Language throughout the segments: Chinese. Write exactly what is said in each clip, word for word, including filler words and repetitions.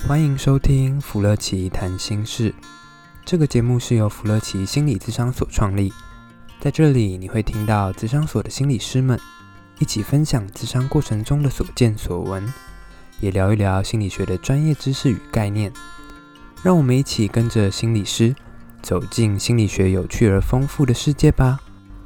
欢迎收听福乐奇谈心事。这个节目是由福乐奇心理咨商所创立，在这里你会听到咨商所的心理师们一起分享咨商过程中的所见所闻，也聊一聊心理学的专业知识与概念。让我们一起跟着心理师走进心理学有趣而丰富的世界吧。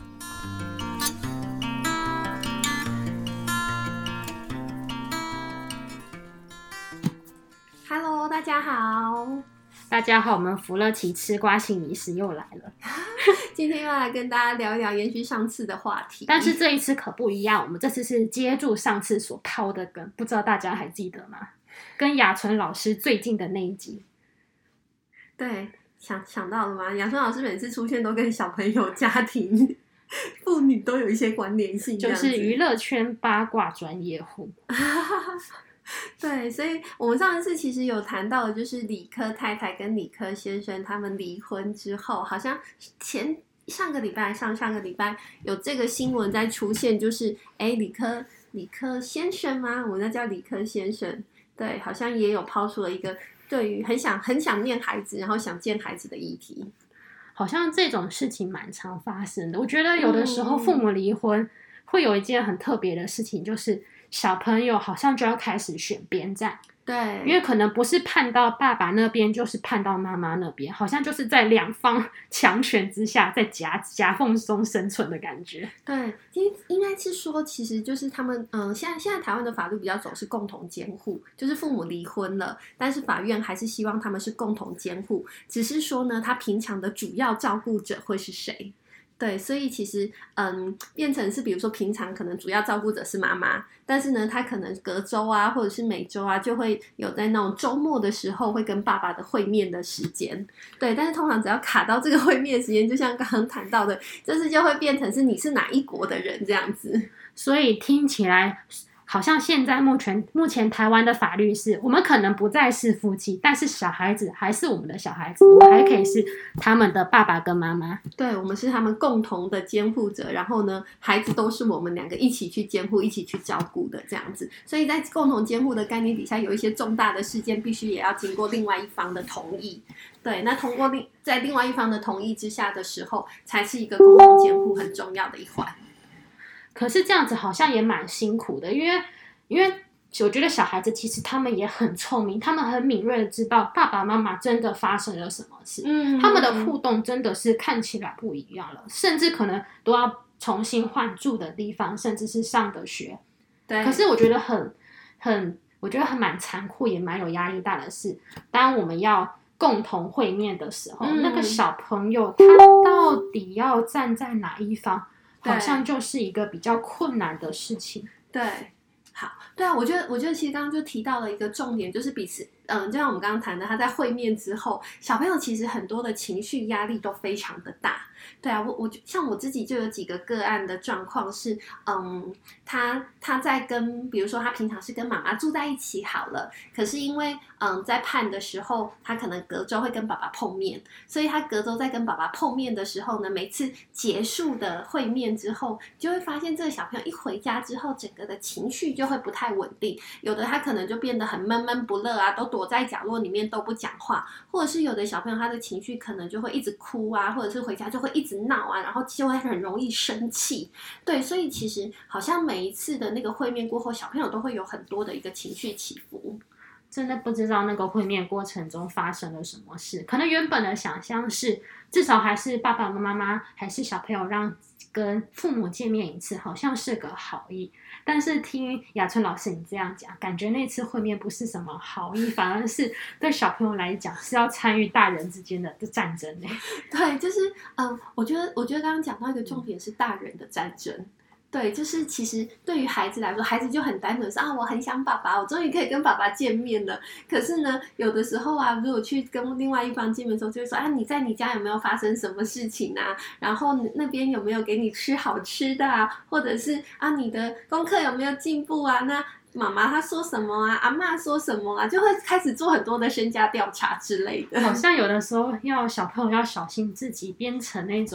Hello， 大家好， 大家好，我们福乐奇吃瓜心理师又来了。 今天要来跟大家聊一聊延续上次的话题， 但是这一次可不一样，我们这次是接住上次所抛的梗，不知道大家还记得吗？跟雅纯老师最近的那一集。 对，想想到了吗？雅纯老师每次出现都跟小朋友、家庭、妇女都有一些关联性， 就是娱乐圈八卦专业户。 对，所以我们上一次其实有谈到的，就是理科太太跟理科先生他们离婚之后，好像前上个礼拜、上上个礼拜有这个新闻在出现，就是哎，理科理科先生吗？我那叫理科先生，对，好像也有抛出了一个对于很想很想念孩子，然后想见孩子的议题。 好像这种事情蛮常发生的。我觉得有的时候父母离婚、嗯、会有一件很特别的事情，就是小朋友好像就要开始选边站。 对， 因为可能不是判到爸爸那边，就是判到妈妈那边，好像就是在两方强权之下，在夹夹缝中生存的感觉。 对，应应该是说，其实就是他们，嗯、呃，现在现在台湾的法律比较走是共同监护，就是父母离婚了，但是法院还是希望他们是共同监护，只是说呢，他平常的主要照顾者会是谁？对，所以其实嗯，变成是比如说平常可能主要照顾者是妈妈，但是呢，他可能隔周啊，或者是每周啊，就会有在那种周末的时候会跟爸爸的会面的时间。对，但是通常只要卡到这个会面的时间，就像刚刚谈到的，就是就会变成是你是哪一国的人这样子。 所以听起来好像现在目前目前台湾的法律是，我们可能不再是夫妻，但是小孩子还是我们的小孩子，我们还可以是他们的爸爸跟妈妈。 对，我们是他们共同的监护者，然后呢，孩子都是我们两个一起去监护、一起去照顾的这样子。所以在共同监护的概念底下，有一些重大的事件，必须也要经过另外一方的同意。对，那通过另在另外一方的同意之下的时候，才是一个共同监护很重要的一环。 可是这样子好像也蛮辛苦的，因为因为我觉得小孩子其实他们也很聪明，他们很敏锐的知道爸爸妈妈真的发生了什么事，嗯，他们的互动真的是看起来不一样了，甚至可能都要重新换住的地方，甚至是上的学。 对，可是我觉得很很，我觉得很蛮残酷，也蛮有压力大的是，当我们要共同会面的时候，嗯，那个小朋友他到底要站在哪一方？好像就是一个比较困难的事情。 对，好，对啊，我觉得，我觉得其实刚刚就提到了一个重点，就是彼此，嗯，就像我们刚刚谈的，他在会面之后，小朋友其实很多的情绪压力都非常的大。对啊，我我像我自己就有几个个案的状况是，嗯，他他在跟，比如说他平常是跟妈妈住在一起好了，可是因为嗯在判的时候，他可能隔周会跟爸爸碰面，所以他隔周在跟爸爸碰面的时候呢，每次结束的会面之后，就会发现这个小朋友一回家之后，整个的情绪就会不太稳定，有的他可能就变得很闷闷不乐啊，都躲在角落里面都不讲话，或者是有的小朋友他的情绪可能就会一直哭啊，或者是回家就会一直闹啊，然后就会很容易生气。对，所以其实好像每一次的那个会面过后，小朋友都会有很多的一个情绪起伏。 真的不知道那个会面过程中发生了什么事，可能原本的想象是至少还是爸爸妈妈还是小朋友让跟父母见面一次，好像是个好意，但是听雅纯老师你这样讲，感觉那次会面不是什么好意，反而是对小朋友来讲是要参与大人之间的战争。 对，就是嗯，我觉得我觉得刚刚讲到一个重点是大人的战争。对，就是其实对于孩子来说，孩子就很单纯是啊，我很想爸爸，我终于可以跟爸爸见面了。可是呢，有的时候啊，如果去跟另外一方见面的时候，就会说啊，你在你家有没有发生什么事情啊？然后那边有没有给你吃好吃的啊？或者是啊，你的功课有没有进步啊？那妈妈她说什么啊？阿嬷说什么啊？就会开始做很多的身家调查之类的。 好像有的时候要小朋友要小心自己变成那种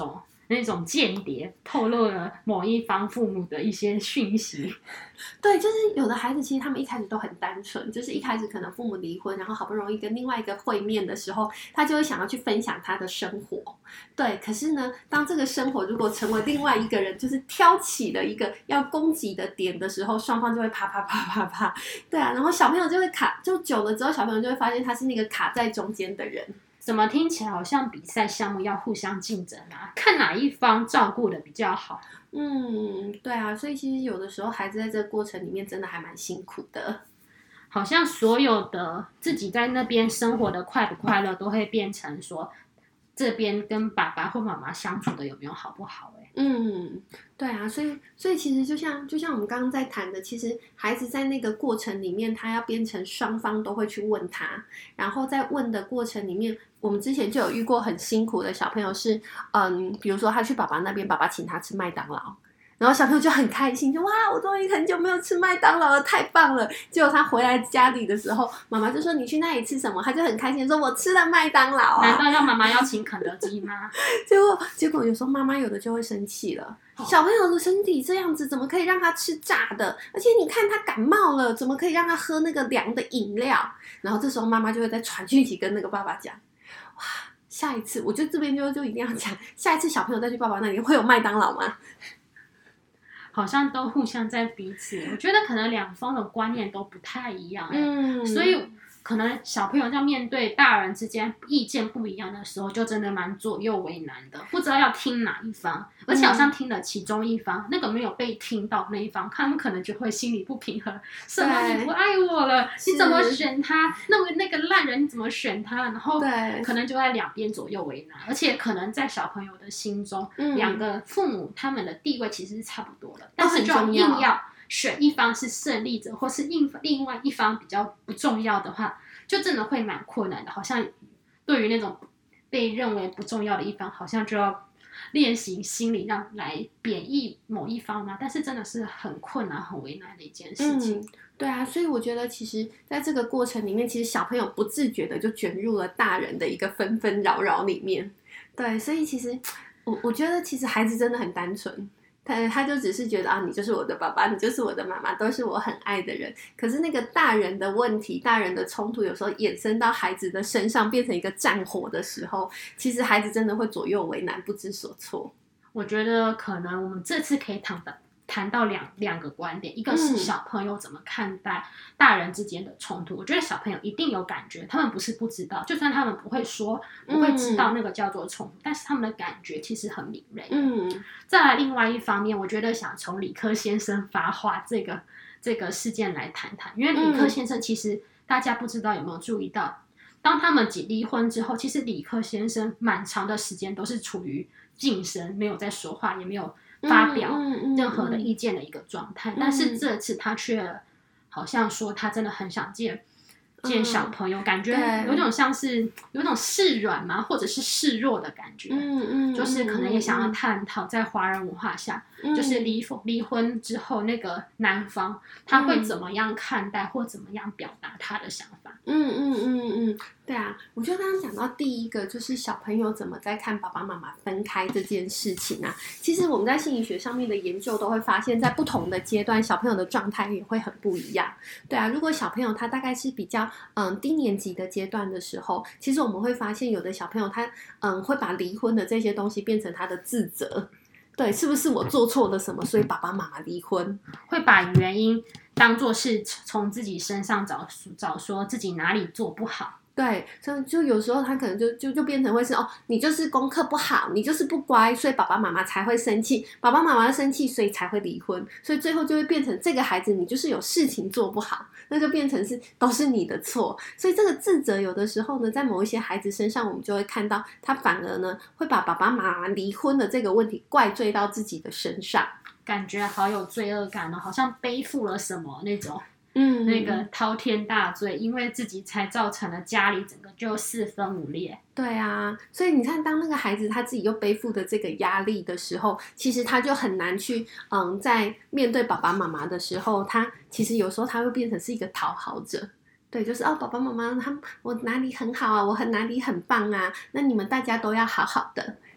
那种间谍透露了某一方父母的一些讯息。 对，就是有的孩子其实他们一开始都很单纯，就是一开始可能父母离婚，然后好不容易跟另外一个会面的时候，他就会想要去分享他的生活。对，可是呢，当这个生活如果成为另外一个人就是挑起了一个要攻击的点的时候，双方就会啪啪啪啪啪。对啊，然后小朋友就会卡，就久了之后，小朋友就会发现他是那个卡在中间的人。 怎么听起来好像比赛项目要互相竞争啊？看哪一方照顾的比较好。 嗯，对啊，所以其实有的时候孩子在这个过程里面真的还蛮辛苦的。 好像所有的自己在那边生活的快不快乐，都会变成说这边跟爸爸或妈妈相处的有没有好不好、欸？ 嗯，对啊，所以所以其实就像就像我们刚刚在谈的，其实孩子在那个过程里面，他要变成双方都会去问他，然后在问的过程里面，我们之前就有遇过很辛苦的小朋友是，嗯，比如说他去爸爸那边，爸爸请他吃麦当劳。然后小朋友就很开心，就哇，我终于很久没有吃麦当劳了，太棒了！结果他回来家里的时候，妈妈就说你去那里吃什么？他就很开心说，我吃了麦当劳啊！ 难道要妈妈要请肯德基吗？ 结果结果有时候妈妈有的就会生气了，哦、小朋友的身体这样子，怎么可以让他吃炸的？而且你看他感冒了，怎么可以让他喝那个凉的饮料？然后这时候妈妈就会再传讯息跟那个爸爸讲，哇，下一次我就这边就就一定要讲，下一次小朋友再去爸爸那里会有麦当劳吗？ 好像都互相在彼此，我觉得可能两方的观念都不太一样、欸， 嗯， 所以可能小朋友在面对大人之间意见不一样的时候，就真的蛮左右为难的，不知道要听哪一方，而且好像听了其中一方，嗯、那个没有被听到那一方，他们可能就会心里不平衡，什么你不爱我了，你怎么选他？那个那个烂人你怎么选他？然后可能就在两边左右为难，而且可能在小朋友的心中，嗯、两个父母他们的地位其实是差不多的，但是就硬要选一方是胜利者，或是另外一方比较不重要的话，就真的会蛮困难的。好像对于那种被认为不重要的一方，好像就要练习心理让来贬义某一方嘛。但是真的是很困难、很为难的一件事情。 嗯，对啊，所以我觉得其实在这个过程里面，其实小朋友不自觉的就卷入了大人的一个纷纷扰扰里面。对，所以其实我我觉得其实孩子真的很单纯。他他就只是觉得啊，你就是我的爸爸，你就是我的妈妈，都是我很爱的人。可是那个大人的问题、大人的冲突，有时候衍生到孩子的身上，变成一个战火的时候，其实孩子真的会左右为难，不知所措。 我觉得可能我们这次可以谈到谈到两两个观点，一个是小朋友怎么看待大人之间的冲突。嗯、我觉得小朋友一定有感觉，他们不是不知道，就算他们不会说，不会知道那个叫做冲突，嗯、但是他们的感觉其实很敏锐。嗯，再来另外一方面，我觉得想从理科先生发话这个这个事件来谈谈，因为理科先生其实大家不知道有没有注意到，当他们离婚之后，其实理科先生蛮长的时间都是处于噤声，没有在说话，也没有发表任何的意见的一个状态，嗯嗯嗯、但是这次他却好像说他真的很想见见小朋友，嗯、感觉有种像是有种示软嘛，或者是示弱的感觉，嗯嗯、就是可能也想要探讨在华人文化下，嗯、就是离离婚之后那个男方他会怎么样看待，嗯、或怎么样表达他的想法。 嗯嗯嗯嗯，对啊，我觉得刚刚讲到第一个就是小朋友怎么在看爸爸妈妈分开这件事情啊。其实我们在心理学上面的研究都会发现，在不同的阶段，小朋友的状态也会很不一样。对啊，如果小朋友他大概是比较嗯低年级的阶段的时候，其实我们会发现有的小朋友他嗯会把离婚的这些东西变成他的自责。对，是不是我做错了什么，所以爸爸妈妈离婚？ 会把原因当作是从自己身上找找说自己哪里做不好。 对，所以就有时候他可能就就就变成会是哦，你就是功课不好，你就是不乖，所以爸爸妈妈才会生气，爸爸妈妈生气，所以才会离婚，所以最后就会变成这个孩子你就是有事情做不好，那就变成是都是你的错。所以这个自责有的时候呢，在某一些孩子身上，我们就会看到他反而呢会把爸爸妈妈离婚的这个问题怪罪到自己的身上， 感觉好有罪恶感哦，好像背负了什么那种。嗯，那个滔天大罪，因为自己才造成了家里整个就四分五裂。 对啊，所以你看，当那个孩子他自己又背负的这个压力的时候，其实他就很难去，嗯，在面对爸爸妈妈的时候，他其实有时候他会变成是一个讨好者。对，就是哦，爸爸妈妈他我哪里很好啊，我很哪里很棒啊，那你们大家都要好好的。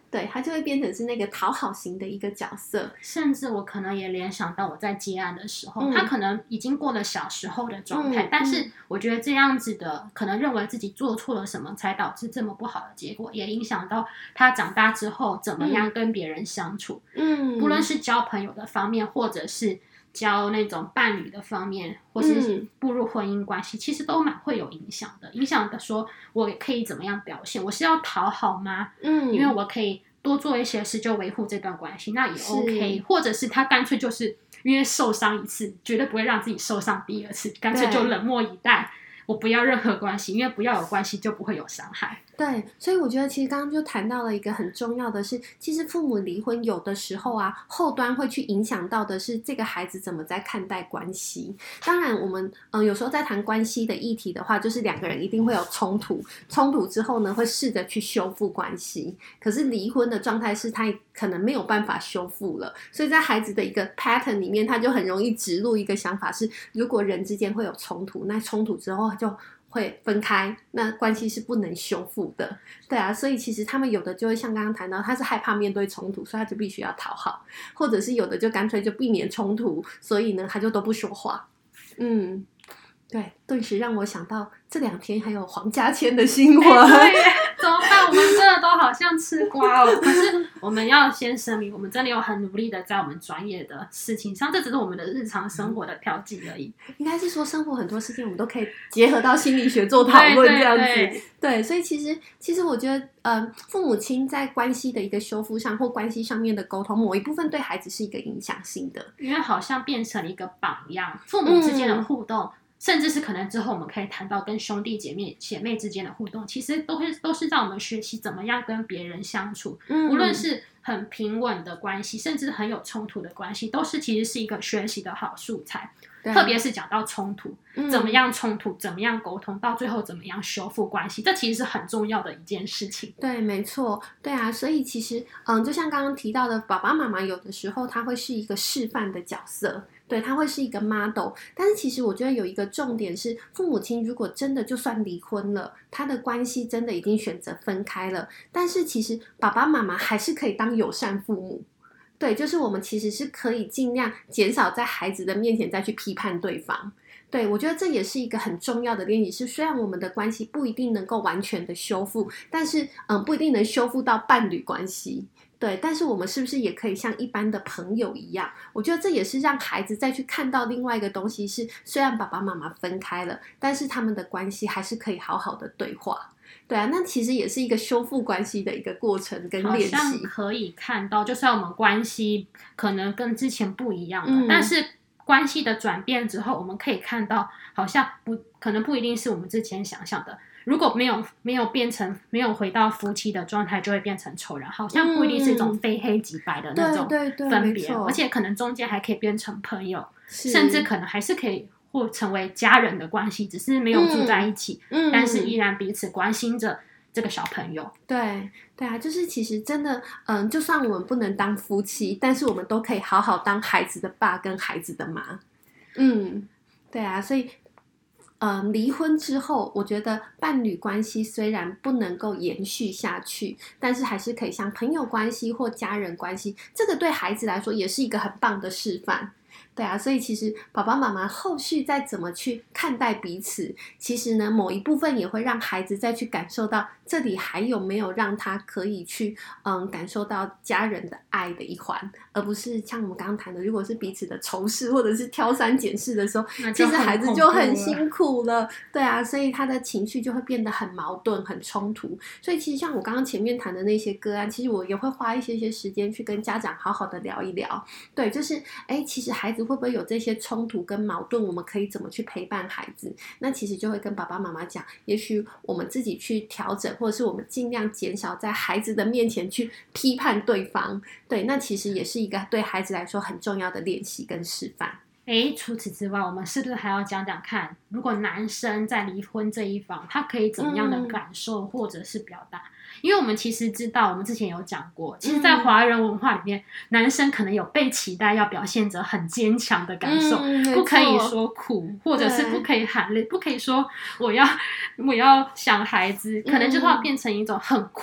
对，他就会变成是那个讨好型的一个角色。 甚至我可能也联想到我在接案的时候， 嗯、 他可能已经过了小时候的状态、 嗯、 但是我觉得这样子的可能认为自己做错了什么才导致这么不好的结果，也影响到他长大之后怎么样跟别人相处。 嗯， 不论是交朋友的方面，或者是交那种伴侣的方面，或是步入婚姻关系、嗯、其实都蛮会有影响的。影响的说我可以怎么样表现，我是要讨好吗？嗯，因为我可以多做一些事就维护这段关系，那也 OK。 或者是他干脆就是因为受伤一次绝对不会让自己受伤第二次，干脆就冷漠以待，我不要任何关系，因为不要有关系就不会有伤害。 对，所以我觉得其实刚刚就谈到了一个很重要的是，其实父母离婚有的时候啊，后端会去影响到的是这个孩子怎么在看待关系。当然我们嗯、呃、有时候在谈关系的议题的话，就是两个人一定会有冲突，冲突之后呢会试着去修复关系，可是离婚的状态是他可能没有办法修复了，所以在孩子的一个 pattern 里面，他就很容易植入一个想法是，如果人之间会有冲突，那冲突之后就会分开，那关系是不能修复的。对啊，所以其实他们有的就会像刚刚谈到，他是害怕面对冲突，所以他就必须要讨好，或者是有的就干脆就避免冲突，所以呢他就都不说话。嗯，对，顿时让我想到这两天还有黄家千的新闻、 欸、对，怎么办？我们真的都好像吃瓜哦。可是我们要先声明，我们真的有很努力的在我们专业的事情上，这只是我们的日常生活的调剂而已。 应该是说生活很多事情我们都可以结合到心理学做讨论这样子。 对, 对, 对, 对，所以其实其实我觉得呃，父母亲在关系的一个修复上或关系上面的沟通，某一部分对孩子是一个影响性的， 因为好像变成了一个榜样，父母之间的互动、嗯，甚至是可能之后我们可以谈到跟兄弟姐妹姐妹之间的互动，其实都会都是让我们学习怎么样跟别人相处、嗯、无论是很平稳的关系，甚至很有冲突的关系，都是其实是一个学习的好素材。特别是讲到冲突、嗯、怎么样冲突，怎么样沟通，到最后怎么样修复关系，这其实是很重要的一件事情。 对，没错，对啊，所以其实嗯，就像刚刚提到的，爸爸妈妈有的时候他会是一个示范的角色，对，他会是一个 model， 但是其实我觉得有一个重点是，父母亲如果真的就算离婚了，他的关系真的已经选择分开了，但是其实爸爸妈妈还是可以当友善父母。对，就是我们其实是可以尽量减少在孩子的面前再去批判对方。对，我觉得这也是一个很重要的练习，是虽然我们的关系不一定能够完全的修复，但是嗯，不一定能修复到伴侣关系。对，但是我们是不是也可以像一般的朋友一样，我觉得这也是让孩子再去看到另外一个东西，是虽然爸爸妈妈分开了，但是他们的关系还是可以好好的对话。对啊，那其实也是一个修复关系的一个过程跟练习。 好像可以看到，就算我们关系可能跟之前不一样了、嗯、但是关系的转变之后，我们可以看到好像不可能不一定是我们之前想象的，如果没有没有变成没有回到夫妻的状态，就会变成仇人，好像不一定是一种非黑即白的那种分别、嗯、而且可能中间还可以变成朋友，甚至可能还是可以或成为家人的关系，只是没有住在一起、嗯、但是依然彼此关心着这个小朋友。 对对啊，就是其实真的嗯，就算我们不能当夫妻，但是我们都可以好好当孩子的爸跟孩子的妈。嗯，对啊，所以嗯，离婚之后我觉得伴侣关系虽然不能够延续下去，但是还是可以像朋友关系或家人关系，这个对孩子来说也是一个很棒的示范。对啊，所以其实爸爸妈妈后续再怎么去看待彼此，其实呢某一部分也会让孩子再去感受到这里还有没有让他可以去嗯感受到家人的爱的一环，而不是像我们刚刚谈的，如果是彼此的仇视或者是挑三拣四的时候，其实孩子就很辛苦了。对啊，所以他的情绪就会变得很矛盾很冲突。所以其实像我刚刚前面谈的那些个案，其实我也会花一些些时间去跟家长好好的聊一聊。对，就是哎，其实孩子会不会有这些冲突跟矛盾，我们可以怎么去陪伴孩子，那其实就会跟爸爸妈妈讲，也许我们自己去调整，或者是我们尽量减少在孩子的面前去批判对方。对，那其实也是一个对孩子来说很重要的练习跟示范。 诶，除此之外，我们是不是还要讲讲看，如果男生在离婚这一方，他可以怎么样的感受或者是表达、嗯、因为我们其实知道，我们之前有讲过，其实在华人文化里面、嗯、男生可能有被期待要表现着很坚强的感受、嗯、不可以说苦，或者是不可以喊累，不可以说我要我要想孩子，可能就会变成一种很酷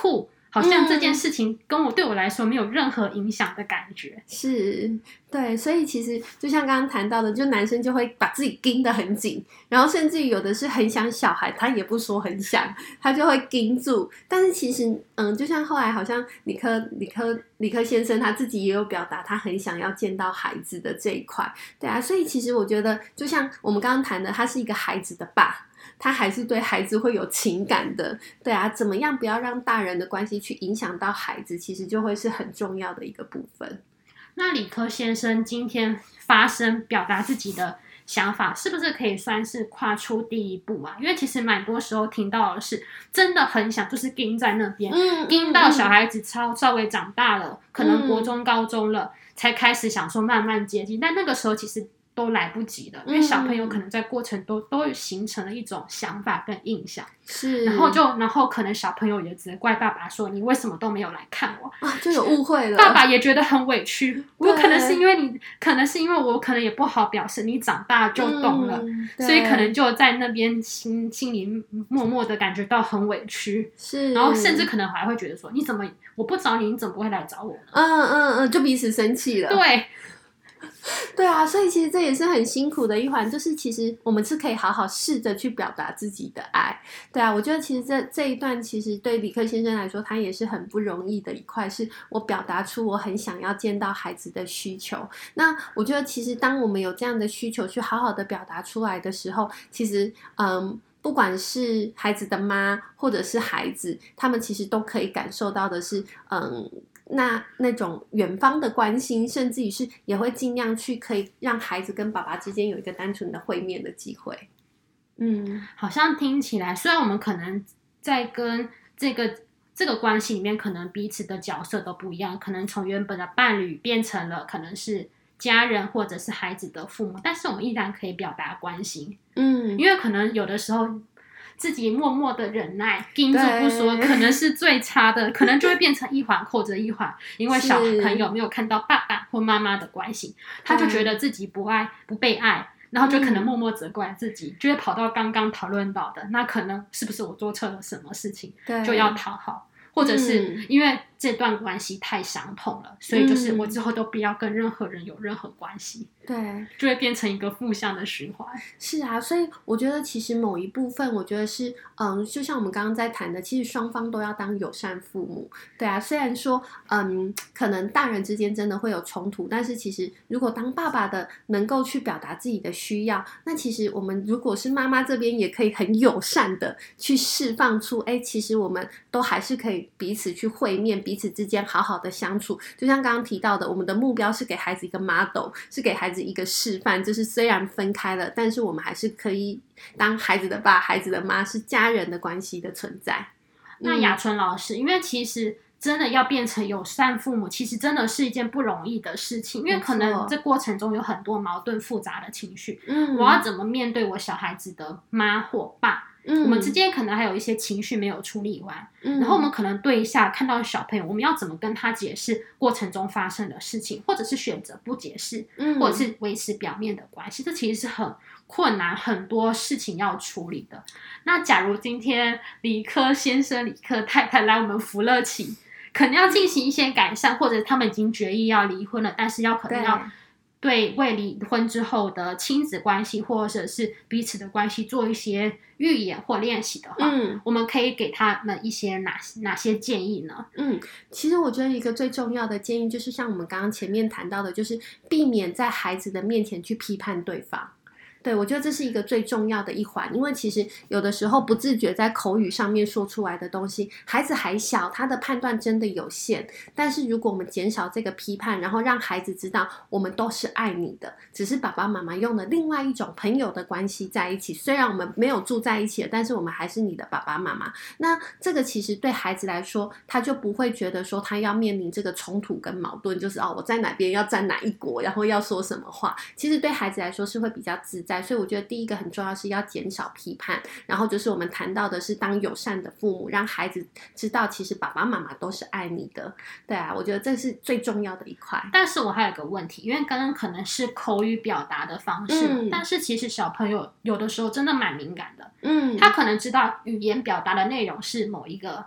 好像这件事情跟我对我来说没有任何影响的感觉。 是，对，所以其实就像刚刚谈到的，就男生就会把自己盯得很紧，然后甚至于有的是很想小孩，他也不说很想，他就会盯住。但是其实，嗯，就像后来好像理科理科理科先生他自己也有表达，他很想要见到孩子的这一块，对啊，所以其实我觉得，就像我们刚刚谈的，他是一个孩子的爸。他还是对孩子会有情感的，对啊，怎么样不要让大人的关系去影响到孩子，其实就会是很重要的一个部分。 那理科先生今天发声表达自己的想法，是不是可以算是跨出第一步啊？因为其实蛮多时候听到的是真的很想就是盯在那边， 嗯， 盯到小孩子稍稍微长大了，可能国中高中了，才开始想说慢慢接近，但那个时候其实都来不及的，因为小朋友可能在过程都、嗯、都形成了一种想法跟印象， 是， 然后就然后可能小朋友也责怪爸爸说你为什么都没有来看我啊，就有误会了。 爸爸也觉得很委屈，我可能是因为你，可能是因为我可能也不好表示，你长大就懂了，嗯、所以可能就在那边心心里默默的感觉到很委屈， 是， 然后甚至可能还会觉得说你怎么我不找你，你怎么不会来找我呢？ 嗯嗯嗯，就彼此生气了。 对。 对啊，所以其实这也是很辛苦的一环，就是其实我们是可以好好试着去表达自己的爱。对啊，我觉得其实这这一段其实对理科先生来说，他也是很不容易的一块，是我表达出我很想要见到孩子的需求。那我觉得其实当我们有这样的需求去好好的表达出来的时候，其实嗯。不管是孩子的妈或者是孩子，他们其实都可以感受到的是，嗯，那那种远方的关心，甚至于是也会尽量去可以让孩子跟爸爸之间有一个单纯的会面的机会。嗯， 好像听起来，虽然我们可能在跟这个这个关系里面，可能彼此的角色都不一样，可能从原本的伴侣变成了可能是家人或者是孩子的父母，但是我们依然可以表达关心。嗯，因为可能有的时候自己默默的忍耐盯住不说，可能是最差的，可能就会变成一环扣着一环，因为小朋友没有看到爸爸或妈妈的关心，他就觉得自己不爱不被爱，然后就可能默默责怪自己，嗯、就会跑到刚刚讨论到的，那可能是不是我做错了什么事情，就要讨好，或者是因为这段关系太伤痛了，所以就是我之后都不要跟任何人有任何关系。 对， 就会变成一个负向的循环。 是啊，所以我觉得其实某一部分，我觉得是，嗯，就像我们刚刚在谈的，其实双方都要当友善父母。对啊，虽然说，嗯，可能大人之间真的会有冲突，但是其实如果当爸爸的能够去表达自己的需要，那其实我们如果是妈妈这边也可以很友善的去释放出，哎，其实我们都还是可以彼此去会面，彼此之间好好的相处。就像刚刚提到的，我们的目标是给孩子一个 model， 是给孩子一个示范，就是虽然分开了，但是我们还是可以当孩子的爸孩子的妈，是家人的关系的存在。 那雅纯老师、嗯、因为其实真的要变成友善父母，其实真的是一件不容易的事情，因为可能这过程中有很多矛盾复杂的情绪、嗯、我要怎么面对我小孩子的妈或爸，嗯、我们之间可能还有一些情绪没有处理完、嗯、然后我们可能对一下看到小朋友，我们要怎么跟他解释过程中发生的事情，或者是选择不解释、嗯、或者是维持表面的关系，这其实是很困难，很多事情要处理的。那假如今天理科先生理科太太来我们福乐期，可能要进行一些改善，或者他们已经决意要离婚了，但是要可能要对未离婚之后的亲子关系或者是彼此的关系做一些预演或练习的话、嗯、我们可以给他们一些哪哪些建议呢？ 嗯，其实我觉得一个最重要的建议就是像我们刚刚前面谈到的，就是避免在孩子的面前去批判对方。对，我觉得这是一个最重要的一环，因为其实有的时候不自觉在口语上面说出来的东西，孩子还小，他的判断真的有限，但是如果我们减少这个批判，然后让孩子知道我们都是爱你的，只是爸爸妈妈用了另外一种朋友的关系在一起，虽然我们没有住在一起了，但是我们还是你的爸爸妈妈，那这个其实对孩子来说，他就不会觉得说他要面临这个冲突跟矛盾，就是哦我在哪边要站哪一国，然后要说什么话，其实对孩子来说是会比较自在。所以我觉得第一个很重要是要减少批判，然后就是我们谈到的是当友善的父母，让孩子知道其实爸爸妈妈都是爱你的。对啊，我觉得这是最重要的一块。 但是我还有个问题，因为刚刚可能是口语表达的方式、嗯、但是其实小朋友有的时候真的蛮敏感的，嗯，他可能知道语言表达的内容是某一个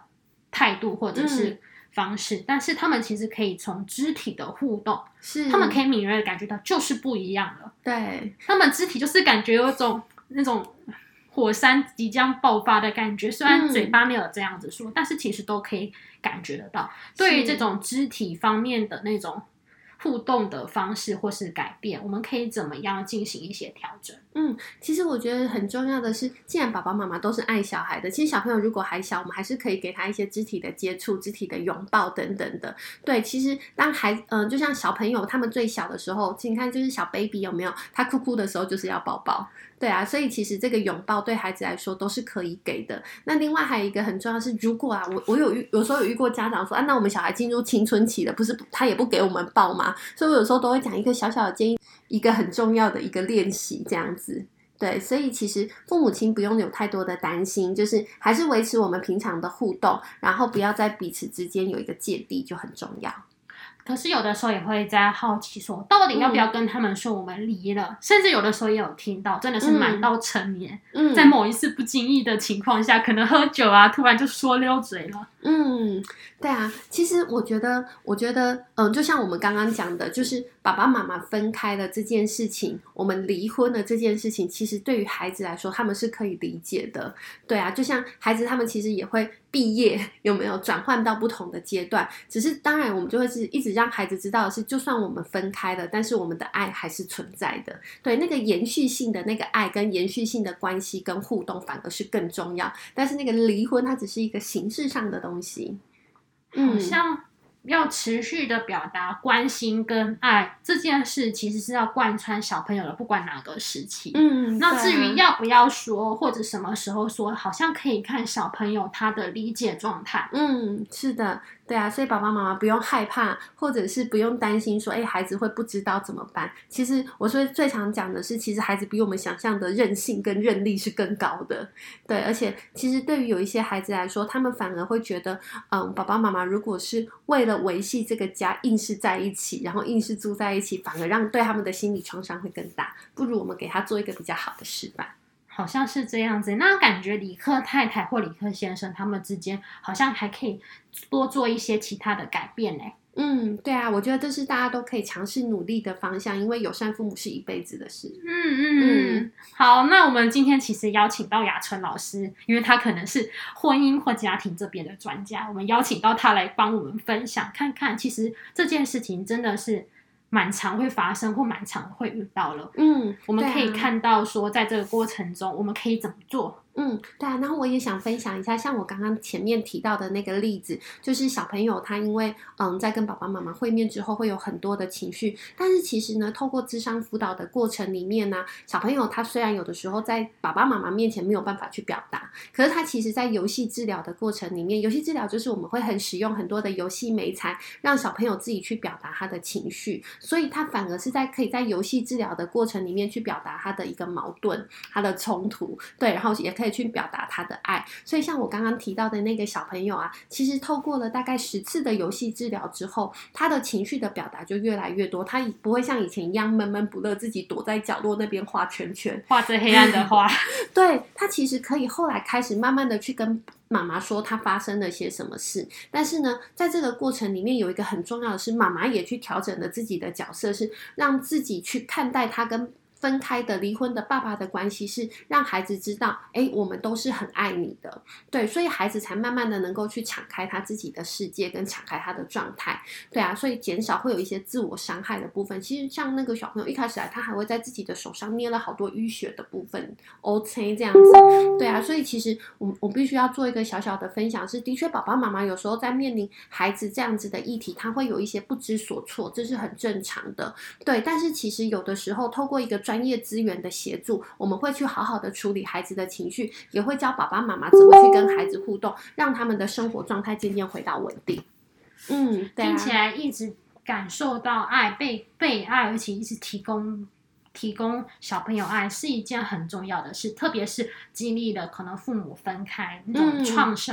态度或者是方式、嗯、但是他们其实可以从肢体的互动，是他们可以敏锐的感觉到就是不一样了。 对， 他们肢体就是感觉有种那种火山即将爆发的感觉，虽然嘴巴没有这样子说、嗯、但是其实都可以感觉得到。对于这种肢体方面的那种互动的方式或是改变，我们可以怎么样进行一些调整？ 嗯，其实我觉得很重要的是，既然爸爸妈妈都是爱小孩的，其实小朋友如果还小，我们还是可以给他一些肢体的接触、肢体的拥抱等等的。对，其实当孩嗯、呃，就像小朋友他们最小的时候，你看就是小 baby 有没有？他哭哭的时候就是要抱抱。对啊，所以其实这个拥抱对孩子来说都是可以给的。那另外还有一个很重要的是，如果啊，我我有遇有时候有遇过家长说啊，那我们小孩进入青春期了，不是他也不给我们抱吗？所以我有时候都会讲一个小小的建议，一个很重要的一个练习这样子。对，所以其实父母亲不用有太多的担心，就是还是维持我们平常的互动，然后不要在彼此之间有一个芥蒂就很重要。 可是有的时候也会在好奇说，到底要不要跟他们说我们离了、嗯、甚至有的时候也有听到真的是瞒到成年、嗯、在某一次不经意的情况下，可能喝酒啊突然就说溜嘴了。 嗯，对啊，其实我觉得我觉得嗯，就像我们刚刚讲的，就是爸爸妈妈分开了这件事情，我们离婚了这件事情，其实对于孩子来说他们是可以理解的。对啊，就像孩子他们其实也会毕业，有没有转换到不同的阶段，只是当然我们就会是一直让孩子知道的是，就算我们分开了，但是我们的爱还是存在的。对，那个延续性的那个爱跟延续性的关系跟互动反而是更重要，但是那个离婚它只是一个形式上的东西。东西， 好像要持续的表达关心跟爱这件事，其实是要贯穿小朋友的，不管哪个时期。嗯，那至于要不要说，或者什么时候说，好像可以看小朋友他的理解状态。 嗯，是的。对啊，所以爸爸妈妈不用害怕，或者是不用担心说，哎，孩子会不知道怎么办。其实我说最常讲的是，其实孩子比我们想象的韧性跟韧力是更高的。对，而且其实对于有一些孩子来说，他们反而会觉得，嗯，爸爸妈妈如果是为了维系这个家硬是在一起，然后硬是住在一起，反而让对他们的心理创伤会更大。不如我们给他做一个比较好的示范。 好像是这样子，那感觉理科太太或理科先生他们之间好像还可以多做一些其他的改变呢。 嗯，对啊，我觉得这是大家都可以尝试努力的方向，因为友善父母是一辈子的事。 嗯嗯嗯，好，那我们今天其实邀请到雅纯老师，因为他可能是婚姻或家庭这边的专家，我们邀请到他来帮我们分享，看看其实这件事情真的是蛮常会发生或蛮常会遇到了。嗯，我们可以看到说在这个过程中我们可以怎么做。 嗯，对啊，然后我也想分享一下，像我刚刚前面提到的那个例子，就是小朋友他因为嗯在跟爸爸妈妈会面之后会有很多的情绪，但是其实呢，透过諮商辅导的过程里面呢，小朋友他虽然有的时候在爸爸妈妈面前没有办法去表达，可是他其实在游戏治疗的过程里面，游戏治疗就是我们会很使用很多的游戏媒材，让小朋友自己去表达他的情绪，所以他反而是在可以在游戏治疗的过程里面去表达他的一个矛盾，他的冲突，对，然后也可以去表达他的爱。所以像我刚刚提到的那个小朋友啊，其实透过了大概十次的游戏治疗之后，他的情绪的表达就越来越多，他不会像以前一样闷闷不乐，自己躲在角落那边画圈圈， 画着黑暗的画。 对，他其实可以后来开始慢慢的去跟妈妈说他发生了些什么事，但是呢，在这个过程里面有一个很重要的是，妈妈也去调整了自己的角色，是让自己去看待他跟分开的离婚的爸爸的关系，是让孩子知道，哎，我们都是很爱你的，对，所以孩子才慢慢的能够去敞开他自己的世界跟敞开他的状态，对啊，所以减少会有一些自我伤害的部分。其实像那个小朋友一开始来，他还会在自己的手上捏了好多淤血的部分 O C 这样子，对啊，所以其实我我必须要做一个小小的分享，是的确爸爸妈妈有时候在面临孩子这样子的议题，他会有一些不知所措，这是很正常的，对，但是其实有的时候透过一个专业资源的协助，我们会去好好的处理孩子的情绪，也会教爸爸妈妈怎么去跟孩子互动，让他们的生活状态渐渐回到稳定。嗯，对啊， 听起来一直感受到爱，被被爱，而且一直提供提供小朋友爱是一件很重要的事，特别是经历了可能父母分开那种创伤。嗯，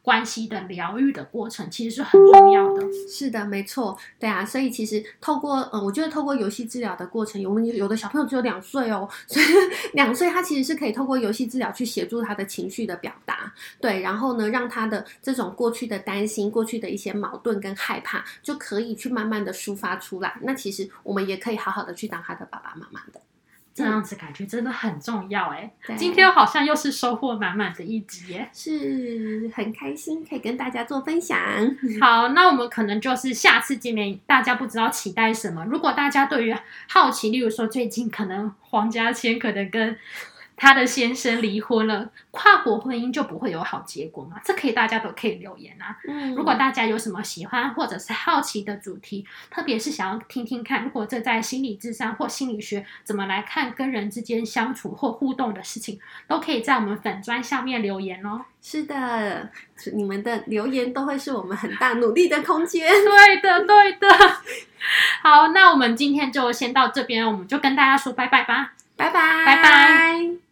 关系的疗愈的过程，其实是很重要的。 是的，没错，对啊，所以其实透过呃，我觉得透过游戏治疗的过程，我们有的小朋友只有两岁哦，所以两岁他其实是可以透过游戏治疗去协助他的情绪的表达，对，然后呢，让他的这种过去的担心、过去的一些矛盾跟害怕，就可以去慢慢的抒发出来。那其实我们也可以好好的去当他的爸爸妈妈的。 这样子感觉真的很重要哎，今天好像又是收获满满的一集耶， 是很开心可以跟大家做分享。 好，那我们可能就是下次见面，大家不知道期待什么。如果大家对于好奇，例如说最近可能黄家千可能跟他的先生离婚了，跨国婚姻就不会有好结果嘛？这可以大家都可以留言啊。嗯，如果大家有什么喜欢或者是好奇的主题，特别是想要听听看，如果这在心理智商或心理学怎么来看跟人之间相处或互动的事情，都可以在我们粉专下面留言哦。 是的，你们的留言都会是我们很大努力的空间。 对的，对的。好，那我们今天就先到这边，我们就跟大家说拜拜吧。 拜拜， 拜拜。